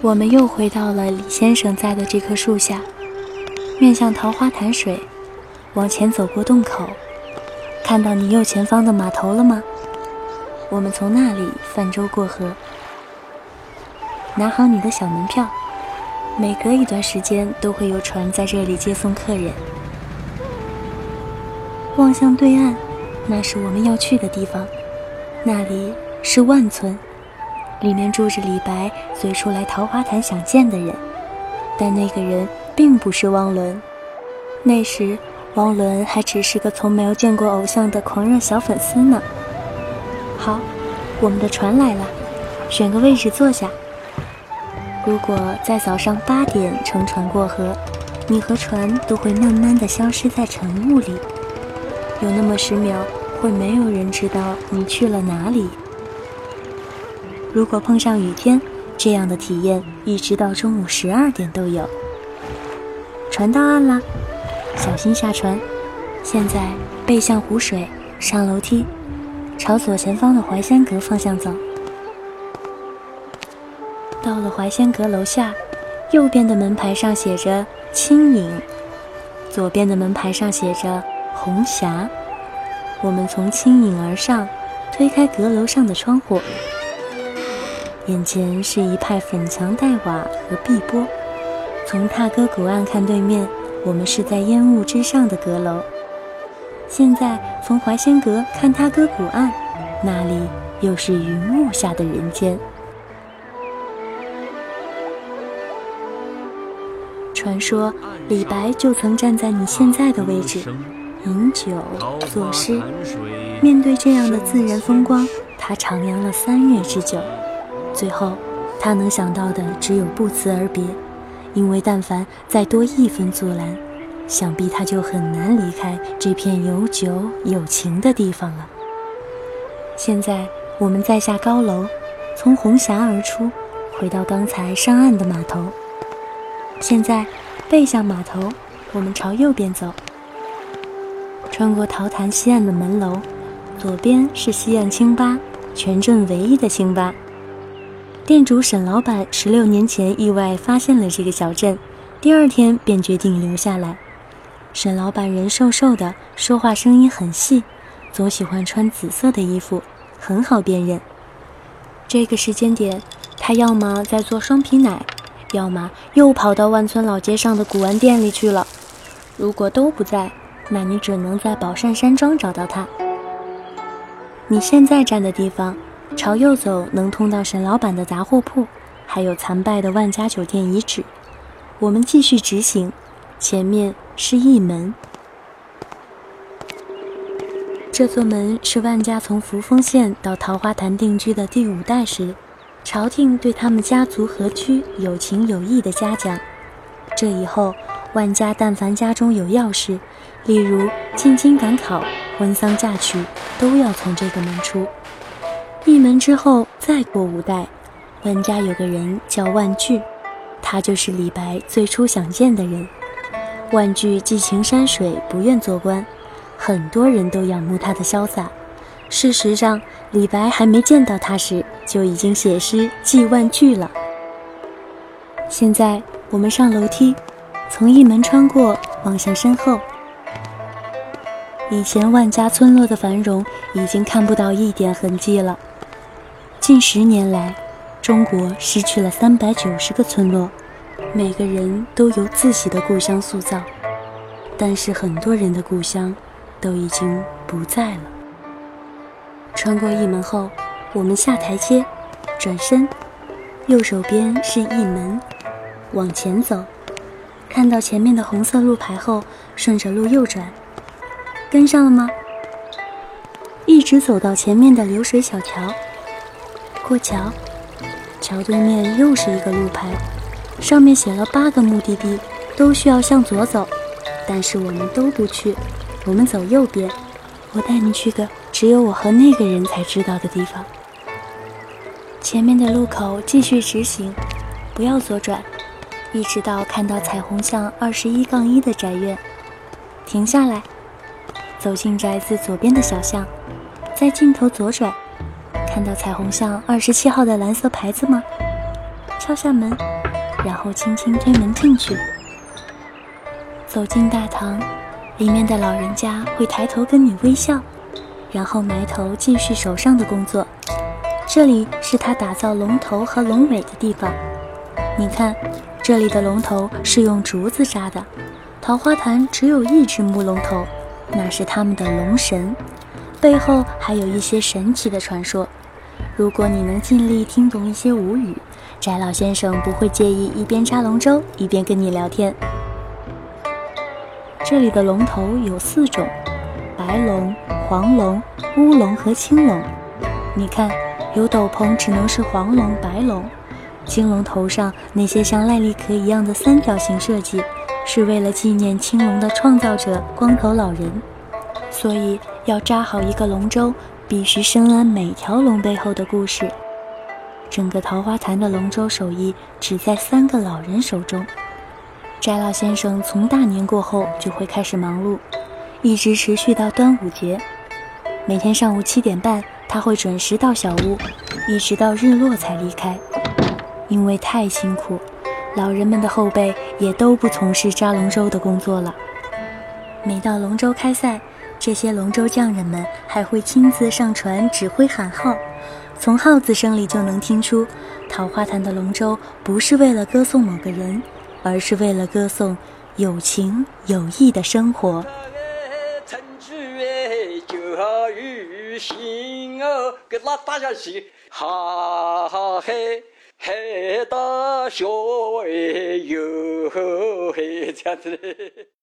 我们又回到了李先生在的这棵树下，面向桃花潭水，往前走过洞口。看到你右前方的码头了吗？我们从那里泛舟过河。拿好你的小门票，每隔一段时间都会有船在这里接送客人。望向对岸，那是我们要去的地方，那里是万村，里面住着李白随处来桃花潭想见的人，但那个人并不是汪伦。那时汪伦还只是个从没有见过偶像的狂热小粉丝呢。好，我们的船来了，选个位置坐下。如果在早上8点乘船过河，你和船都会慢慢地消失在晨雾里，有那么10秒会没有人知道你去了哪里。如果碰上雨天，这样的体验一直到中午12点都有。船到岸啦，小心下船。现在背向湖水，上楼梯，朝左前方的怀仙阁方向走。到了怀仙阁楼下，右边的门牌上写着清影，左边的门牌上写着红霞。我们从清影而上，推开阁楼上的窗户，眼前是一派粉墙黛瓦和碧波。从踏歌古岸看对面，我们是在烟雾之上的阁楼。现在从怀仙阁看踏歌古岸，那里又是云雾下的人间。传说李白就曾站在你现在的位置，饮酒作诗。面对这样的自然风光，他徜徉了3月之久。最后他能想到的只有不辞而别，因为但凡再多1分阻拦，想必他就很难离开这片有酒有情的地方了。现在我们再下高楼，从红霞而出，回到刚才上岸的码头。现在背向码头，我们朝右边走，穿过桃潭西岸的门楼，左边是西岸清吧，全镇唯一的清吧。店主沈老板16年前意外发现了这个小镇，第2天便决定留下来。沈老板人瘦瘦的，说话声音很细，总喜欢穿紫色的衣服，很好辨认。这个时间点，他要么在做双皮奶，要么又跑到万村老街上的古玩店里去了。如果都不在，那你只能在宝善山庄找到他。你现在站的地方，朝右走能通到沈老板的杂货铺，还有残败的万家酒店遗址。我们继续直行，前面是驿门。这座门是万家从扶风县到桃花潭定居的第5代时，朝廷对他们家族合居有情有义的嘉奖。这以后，万家但凡家中有要事，例如进京赶考、婚丧嫁娶，都要从这个门出。一门之后再过5代，万家有个人叫万句，他就是李白最初想见的人。万句寄情山水，不愿做官，很多人都仰慕他的潇洒。事实上，李白还没见到他时，就已经写诗寄万句了。现在我们上楼梯，从驿门穿过，望向身后。以前万家村落的繁荣已经看不到一点痕迹了。近10年来，中国失去了390个村落，每个人都由自己的故乡塑造，但是很多人的故乡都已经不在了。穿过驿门后，我们下台阶，转身，右手边是驿门，往前走，看到前面的红色路牌后，顺着路右转。跟上了吗？一直走到前面的流水小桥，过桥，桥对面又是一个路牌，上面写了8个目的地，都需要向左走，但是我们都不去，我们走右边，我带你去个只有我和那个人才知道的地方。前面的路口继续直行，不要左转，一直到看到彩虹巷21-1的宅院，停下来，走进宅子左边的小巷，在尽头左转，看到彩虹巷27号的蓝色牌子吗？ 敲下门，然后轻轻推门进去。走进大堂，里面的老人家会抬头跟你微笑，然后埋头继续手上的工作。这里是他打造龙头和龙尾的地方。你看，这里的龙头是用竹子扎的，桃花潭只有一只木龙头，那是他们的龙神，背后还有一些神奇的传说。如果你能尽力听懂一些吴语，翟老先生不会介意一边扎龙舟一边跟你聊天。这里的龙头有4种，白龙、黄龙、乌龙和青龙。你看，有斗篷只能是黄龙、白龙，青龙头上那些像赖利壳一样的三角形设计，是为了纪念青龙的创造者光头老人。所以要扎好一个龙舟，必须深谙每条龙背后的故事。整个桃花潭的龙舟手艺只在3个老人手中。翟老先生从大年过后就会开始忙碌，一直持续到端午节。每天上午7点半，他会准时到小屋，一直到日落才离开。因为太辛苦，老人们的后辈也都不从事扎龙舟的工作了。每到龙舟开赛，这些龙舟匠人们还会亲自上船指挥喊号，从号子声里就能听出，桃花潭的龙舟不是为了歌颂某个人，而是为了歌颂有情有义的生活。 给他打下去，哈哈嘿，嘿大小哎哟嘿，这样子的。